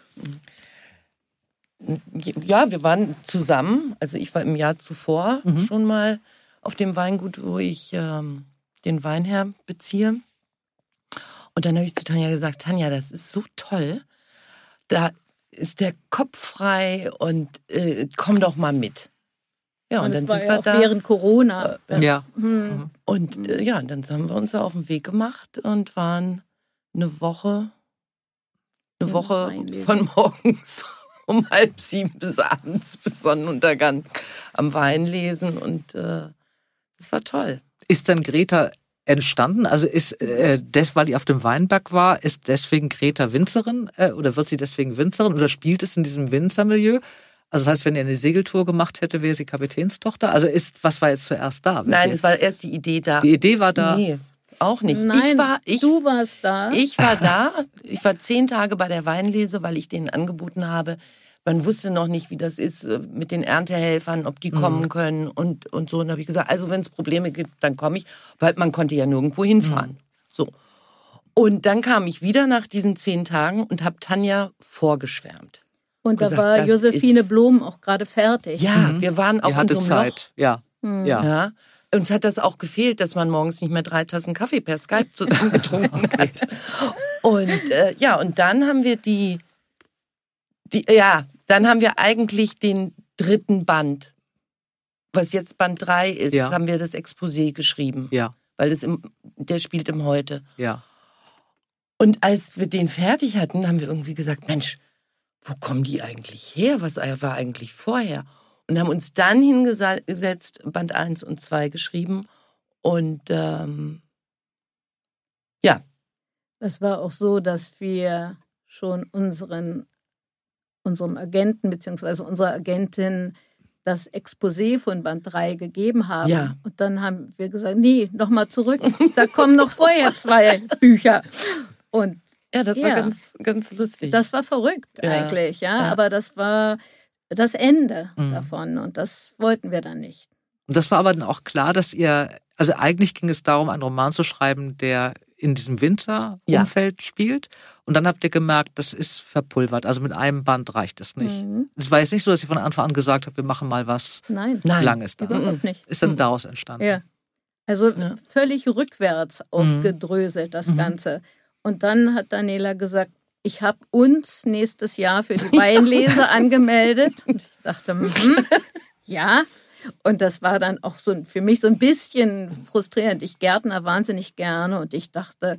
Ja, wir waren zusammen, also ich war im Jahr zuvor mhm. schon mal auf dem Weingut, wo ich ähm, den Weinherr beziehe. Und dann habe ich zu Tanja gesagt, Tanja, das ist so toll, da ist der Kopf frei und äh, komm doch mal mit. Ja, und, und dann das war sind ja wir auch da. während Corona. Äh, ja. Hm. Und äh, ja, dann haben wir uns da auf den Weg gemacht und waren eine Woche, eine Ja, Woche Weinlesen. von morgens um halb sieben bis abends bis Sonnenuntergang am Wein lesen und äh, das war toll. Ist dann Greta entstanden? Also ist äh, das, weil die auf dem Weinberg war, ist deswegen Greta Winzerin äh, oder wird sie deswegen Winzerin oder spielt es in diesem Winzermilieu? Also das heißt, wenn ihr eine Segeltour gemacht hätte, wäre sie Kapitänstochter? Also ist, was war jetzt zuerst da? Nein, es war erst die Idee da. Die Idee war da? Nee, auch nicht. Nein, ich war, ich, du warst da. Ich war da. Ich war zehn Tage bei der Weinlese, weil ich denen angeboten habe. Man wusste noch nicht, wie das ist mit den Erntehelfern, ob die kommen mhm. können und, und so. Und habe ich gesagt, also wenn es Probleme gibt, dann komme ich, weil man konnte ja nirgendwo hinfahren. Mhm. So. Und dann kam ich wieder nach diesen zehn Tagen und habe Tanja vorgeschwärmt. Und gesagt, da war Josephine ist, Blom auch gerade fertig. Ja, mhm. wir waren auch in so einem Zeit. Loch. Ja. Mhm. ja. ja. Uns hat das auch gefehlt, dass man morgens nicht mehr drei Tassen Kaffee per Skype zusammen getrunken hat. Und äh, ja, und dann haben wir die, die, ja, dann haben wir eigentlich den dritten Band, was jetzt Band drei ist, ja. haben wir das Exposé geschrieben. Ja. Weil das im, der spielt im Heute. Ja. Und als wir den fertig hatten, haben wir irgendwie gesagt, Mensch, wo kommen die eigentlich her? Was war eigentlich vorher? Und haben uns dann hingesetzt, Band eins und zwei geschrieben. Und ähm, ja. Das war auch so, dass wir schon unseren, unserem Agenten bzw. unserer Agentin das Exposé von Band drei gegeben haben. Ja. Und dann haben wir gesagt, nee, nochmal zurück. Da kommen noch vorher zwei Bücher. Und ja, das ja, war ganz, ganz lustig. Das war verrückt ja. eigentlich, ja? ja. Aber das war das Ende mhm. davon und das wollten wir dann nicht. Und das war aber dann auch klar, dass ihr, also eigentlich ging es darum, einen Roman zu schreiben, der in diesem Winzer-Umfeld ja. spielt. Und dann habt ihr gemerkt, das ist verpulvert. Also mit einem Band reicht es nicht. Mhm. Es war jetzt nicht so, dass ihr von Anfang an gesagt habt, wir machen mal was Nein. Langes da. Überhaupt nicht. Ist dann daraus entstanden. Ja. Also ja. völlig rückwärts aufgedröselt, das mhm. Ganze. Und dann hat Daniela gesagt, ich habe uns nächstes Jahr für die Weinlese angemeldet. Und ich dachte, mm, ja. Und das war dann auch so für mich so ein bisschen frustrierend. Ich gärtner wahnsinnig gerne und ich dachte,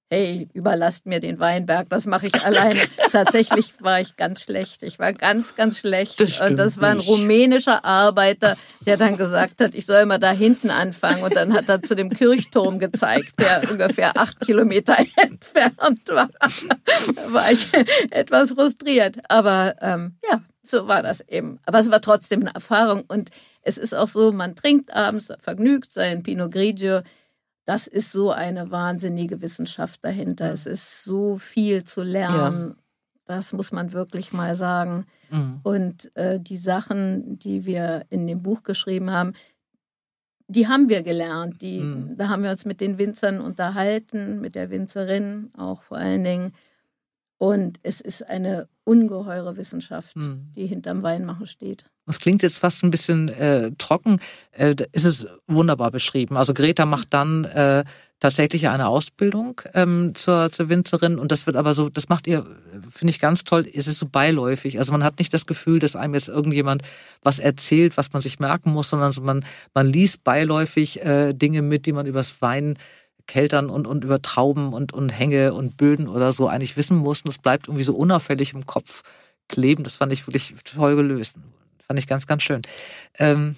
hey, überlasst mir den Weinberg, was mache ich alleine? Tatsächlich war ich ganz schlecht. Ich war ganz, ganz schlecht. Das und das war ein nicht. rumänischer Arbeiter, der dann gesagt hat, ich soll mal da hinten anfangen. Und dann hat er zu dem Kirchturm gezeigt, der ungefähr acht Kilometer entfernt war. Da war ich etwas frustriert. Aber ähm, ja, so war das eben. Aber es war trotzdem eine Erfahrung. Und es ist auch so, man trinkt abends, vergnügt sein Pinot Grigio. Das ist so eine wahnsinnige Wissenschaft dahinter. Ja. Es ist so viel zu lernen. Ja. Das muss man wirklich mal sagen. Mhm. Und äh, die Sachen, die wir in dem Buch geschrieben haben, die haben wir gelernt. Die, mhm. Da haben wir uns mit den Winzern unterhalten, mit der Winzerin auch vor allen Dingen. Und es ist eine ungeheure Wissenschaft, mhm. die hinterm Weinmachen steht. Das klingt jetzt fast ein bisschen äh, trocken. Äh, da ist es wunderbar beschrieben. Also Greta macht dann äh, tatsächlich eine Ausbildung ähm, zur, zur Winzerin. Und das wird aber so, das macht ihr, finde ich ganz toll. Es ist so beiläufig. Also man hat nicht das Gefühl, dass einem jetzt irgendjemand was erzählt, was man sich merken muss, sondern so man, man liest beiläufig äh, Dinge mit, die man übers Wein Keltern und, und über Trauben und, und Hänge und Böden oder so eigentlich wissen muss. Und es bleibt irgendwie so unauffällig im Kopf kleben. Das fand ich wirklich toll gelöst. Fand ich ganz, ganz schön. Ähm,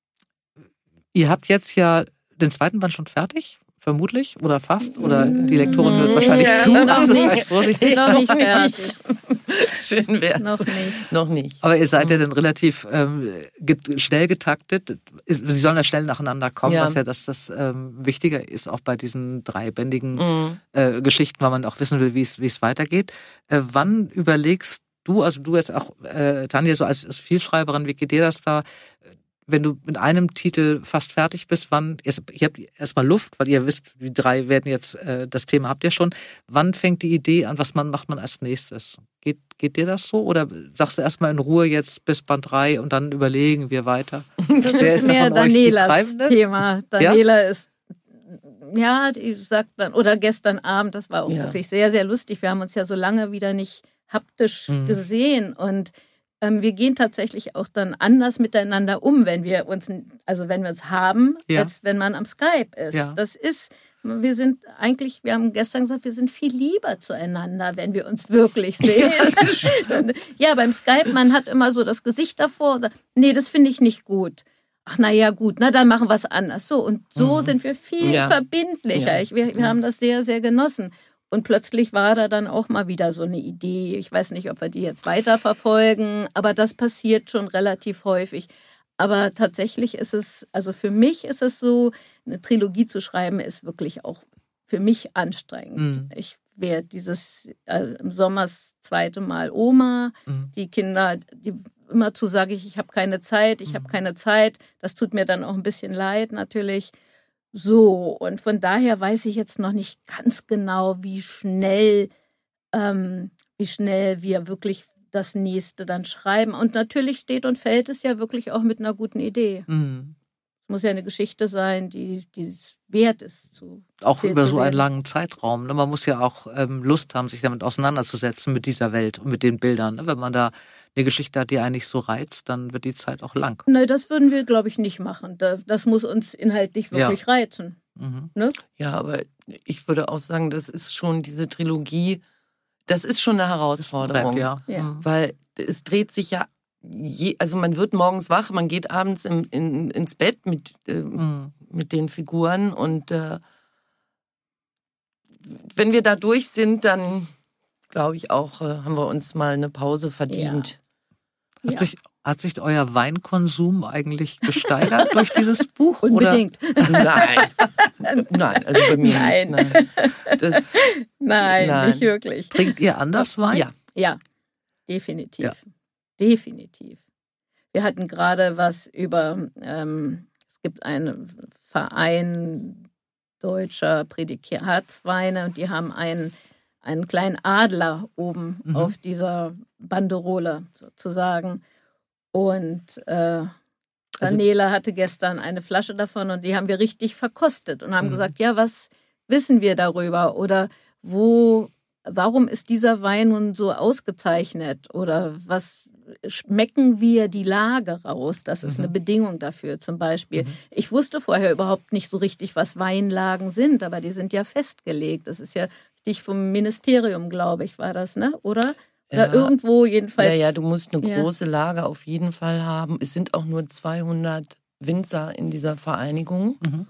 ihr habt jetzt ja den zweiten Band schon fertig, vermutlich, oder fast? Oder die Lektorin hört wahrscheinlich ja, zu. Noch das nicht. Ist vorsichtig. Noch nicht fertig. Schön wär's. Noch nicht. Noch nicht. Aber ihr seid ja dann relativ ähm, get- schnell getaktet. Sie sollen ja schnell nacheinander kommen, ja. was ja das, das ähm, Wichtige ist, auch bei diesen dreibändigen mhm. äh, Geschichten, weil man auch wissen will, wie es wie es weitergeht. Äh, wann überlegst du, also du jetzt auch, äh, Tanja, so als, als Vielschreiberin, wie geht dir das da, wenn du mit einem Titel fast fertig bist, wann, ihr habt erstmal Luft, weil ihr wisst, die drei werden jetzt, äh, das Thema habt ihr schon, wann fängt die Idee an, was man macht man als nächstes? Geht, geht dir das so? Oder sagst du erstmal in Ruhe jetzt bis Band drei und dann überlegen wir weiter? Das Wer ist, ist mehr Danielas Thema. Daniela ja? ist ja, die sagt dann, oder gestern Abend, das war auch ja. wirklich sehr, sehr lustig. Wir haben uns ja so lange wieder nicht haptisch mhm. gesehen und ähm, wir gehen tatsächlich auch dann anders miteinander um, wenn wir uns, also wenn wir uns haben, ja. als wenn man am Skype ist. Ja. Das ist, wir sind eigentlich, wir haben gestern gesagt, wir sind viel lieber zueinander, wenn wir uns wirklich sehen. Ja, ja, beim Skype, man hat immer so das Gesicht davor, oder, nee, das finde ich nicht gut. Ach, na ja, gut, na dann machen wir es anders. So, und so mhm. sind wir viel ja. verbindlicher. Ja. Ich, wir, wir haben das sehr, sehr genossen. Und plötzlich war da dann auch mal wieder so eine Idee. Ich weiß nicht, ob wir die jetzt weiterverfolgen, aber das passiert schon relativ häufig. Aber tatsächlich ist es, also für mich ist es so, eine Trilogie zu schreiben, ist wirklich auch für mich anstrengend. Mhm. Ich werde dieses also im Sommer das zweite Mal Oma, mhm. die Kinder, die immerzu sage ich, ich habe keine Zeit, ich mhm. habe keine Zeit. Das tut mir dann auch ein bisschen leid natürlich. So, und von daher weiß ich jetzt noch nicht ganz genau, wie schnell, ähm, wie schnell wir wirklich das Nächste dann schreiben. Und natürlich steht und fällt es ja wirklich auch mit einer guten Idee. Mhm. Es muss ja eine Geschichte sein, die, die es wert ist zu Auch über so einen langen Zeitraum. Ne? Man muss ja auch ähm, Lust haben, sich damit auseinanderzusetzen, mit dieser Welt und mit den Bildern. Ne? Wenn man da eine Geschichte hat, die eigentlich so reizt, dann wird die Zeit auch lang. Nein, das würden wir, glaube ich, nicht machen. Das muss uns inhaltlich wirklich ja. reizen. Mhm. Ne? Ja, aber ich würde auch sagen, das ist schon diese Trilogie, das ist schon eine Herausforderung. Bleibt, ja. Ja. Weil es dreht sich ja, je, also man wird morgens wach, man geht abends im, in, ins Bett mit, äh, mhm. mit den Figuren und äh, wenn wir da durch sind, dann glaube ich auch, äh, haben wir uns mal eine Pause verdient. Ja. Hat, ja. sich, hat sich euer Weinkonsum eigentlich gesteigert durch dieses Buch? Unbedingt. Oder? Nein. Nein, also bei mir nein. nicht. Nein. Das, nein, nein, nicht wirklich. Trinkt ihr anders Wein? Ja. Ja, definitiv. Ja. Definitiv. Wir hatten gerade was über, ähm, es gibt einen Verein deutscher Prädikatsweine und die haben einen einen kleinen Adler oben mhm. auf dieser Banderole sozusagen. Und äh, Daniela also, hatte gestern eine Flasche davon und die haben wir richtig verkostet und haben mhm. gesagt, ja, was wissen wir darüber? Oder wo, warum ist dieser Wein nun so ausgezeichnet? Oder was schmecken wir die Lage raus? Das ist mhm. eine Bedingung dafür zum Beispiel. Mhm. Ich wusste vorher überhaupt nicht so richtig, was Weinlagen sind, aber die sind ja festgelegt. Das ist ja dich vom Ministerium, glaube ich, war das, ne? Oder? Oder ja. irgendwo jedenfalls. Ja, ja, du musst eine ja. große Lage auf jeden Fall haben. Es sind auch nur zweihundert Winzer in dieser Vereinigung. Mhm.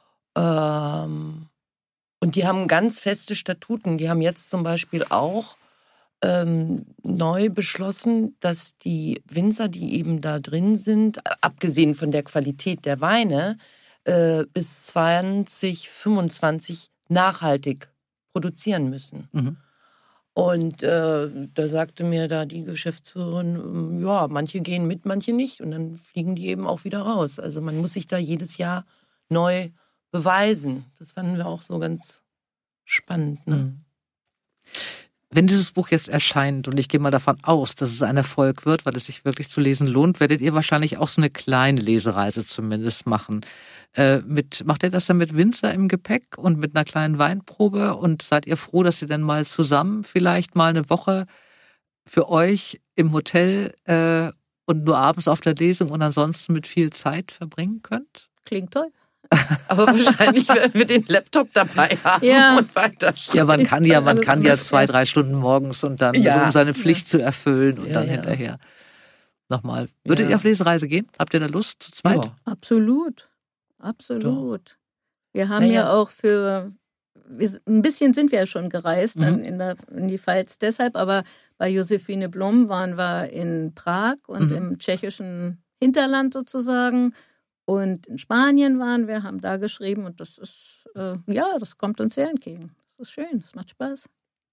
Ähm, und die haben ganz feste Statuten. Die haben jetzt zum Beispiel auch ähm, neu beschlossen, dass die Winzer, die eben da drin sind, abgesehen von der Qualität der Weine, äh, bis zwanzig fünfundzwanzig nachhaltig produzieren müssen. Mhm. Und äh, da sagte mir da die Geschäftsführerin, ja, manche gehen mit, manche nicht. Und dann fliegen die eben auch wieder raus. Also man muss sich da jedes Jahr neu beweisen. Das fanden wir auch so ganz spannend. Ne? Mhm. Wenn dieses Buch jetzt erscheint, und ich gehe mal davon aus, dass es ein Erfolg wird, weil es sich wirklich zu lesen lohnt, werdet ihr wahrscheinlich auch so eine kleine Lesereise zumindest machen. Äh, mit, macht ihr das dann mit Winzer im Gepäck und mit einer kleinen Weinprobe? Und seid ihr froh, dass ihr dann mal zusammen vielleicht mal eine Woche für euch im Hotel äh, und nur abends auf der Lesung und ansonsten mit viel Zeit verbringen könnt? Klingt toll. Aber wahrscheinlich werden wir den Laptop dabei haben ja. und weiterschreiben. Ja, man kann ja, man kann ja zwei, drei Stunden morgens und dann, ja. so, um seine Pflicht ja. zu erfüllen und ja, dann ja. hinterher. Nochmal. Würdet ja. ihr auf Lesereise gehen? Habt ihr da Lust zu zweit? Ja. Absolut. Absolut. Doch. Wir haben naja. ja auch für, wir, ein bisschen sind wir ja schon gereist mhm. dann in, der, in die Pfalz deshalb, aber bei Josephine Blom waren wir in Prag und mhm. im tschechischen Hinterland sozusagen. Und in Spanien waren wir, haben da geschrieben und das ist, äh, ja, das kommt uns sehr entgegen. Das ist schön, das macht Spaß.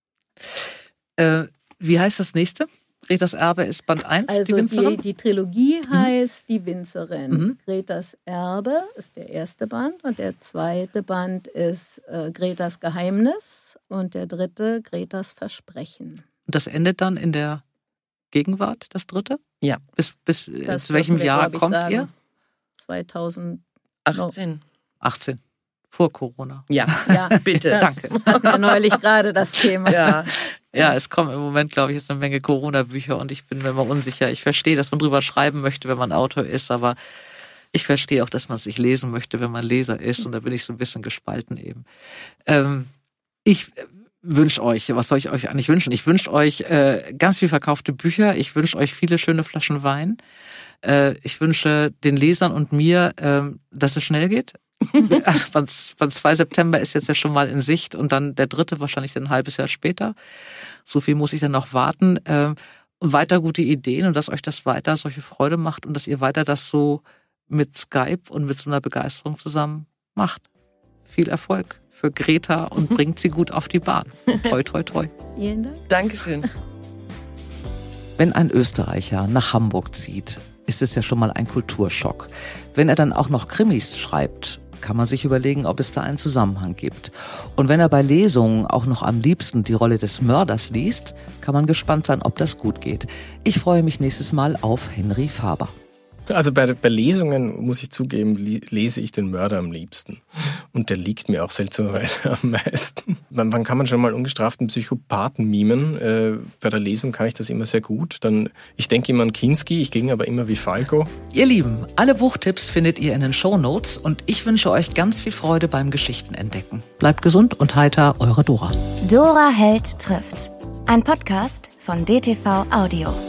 Äh, wie heißt das nächste? Gretas Erbe ist Band eins, also die Winzerin? Die, die Trilogie mhm. heißt Die Winzerin. Mhm. Gretas Erbe ist der erste Band und der zweite Band ist äh, Gretas Geheimnis und der dritte Gretas Versprechen. Und das endet dann in der Gegenwart, das dritte? Ja. Bis, bis zu welchem wir, Jahr ich, kommt sagen. ihr? zweitausendachtzehn. achtzehn. Vor Corona. Ja, ja bitte. Das Danke. hatten wir neulich gerade das Thema. Ja. Ja, es kommen im Moment, glaube ich, jetzt eine Menge Corona-Bücher und ich bin mir immer unsicher. Ich verstehe, dass man drüber schreiben möchte, wenn man Autor ist, aber ich verstehe auch, dass man sich lesen möchte, wenn man Leser ist und da bin ich so ein bisschen gespalten eben. Ähm, ich wünsche euch, was soll ich euch eigentlich wünschen? Ich wünsche euch äh, ganz viel verkaufte Bücher, ich wünsche euch viele schöne Flaschen Wein. Ich wünsche den Lesern und mir, dass es schnell geht. Band zwei September ist jetzt ja schon mal in Sicht und dann der dritte wahrscheinlich ein halbes Jahr später. So viel muss ich dann noch warten. Und weiter gute Ideen und dass euch das weiter solche Freude macht und dass ihr weiter das so mit Skype und mit so einer Begeisterung zusammen macht. Viel Erfolg für Greta und bringt sie gut auf die Bahn. Toi, toi, toi. Vielen Dank. Dankeschön. Wenn ein Österreicher nach Hamburg zieht, ist es ja schon mal ein Kulturschock. Wenn er dann auch noch Krimis schreibt, kann man sich überlegen, ob es da einen Zusammenhang gibt. Und wenn er bei Lesungen auch noch am liebsten die Rolle des Mörders liest, kann man gespannt sein, ob das gut geht. Ich freue mich nächstes Mal auf Henry Faber. Also bei, bei Lesungen, muss ich zugeben, lese ich den Mörder am liebsten. Und der liegt mir auch seltsamerweise am meisten. Wann, wann kann man schon mal ungestraften Psychopathen mimen? Äh, bei der Lesung kann ich das immer sehr gut. Dann, ich denke immer an Kinski, ich ging aber immer wie Falco. Ihr Lieben, alle Buchtipps findet ihr in den Shownotes und ich wünsche euch ganz viel Freude beim Geschichtenentdecken. Bleibt gesund und heiter, eure Dora. Dora Held trifft. Ein Podcast von D T V Audio.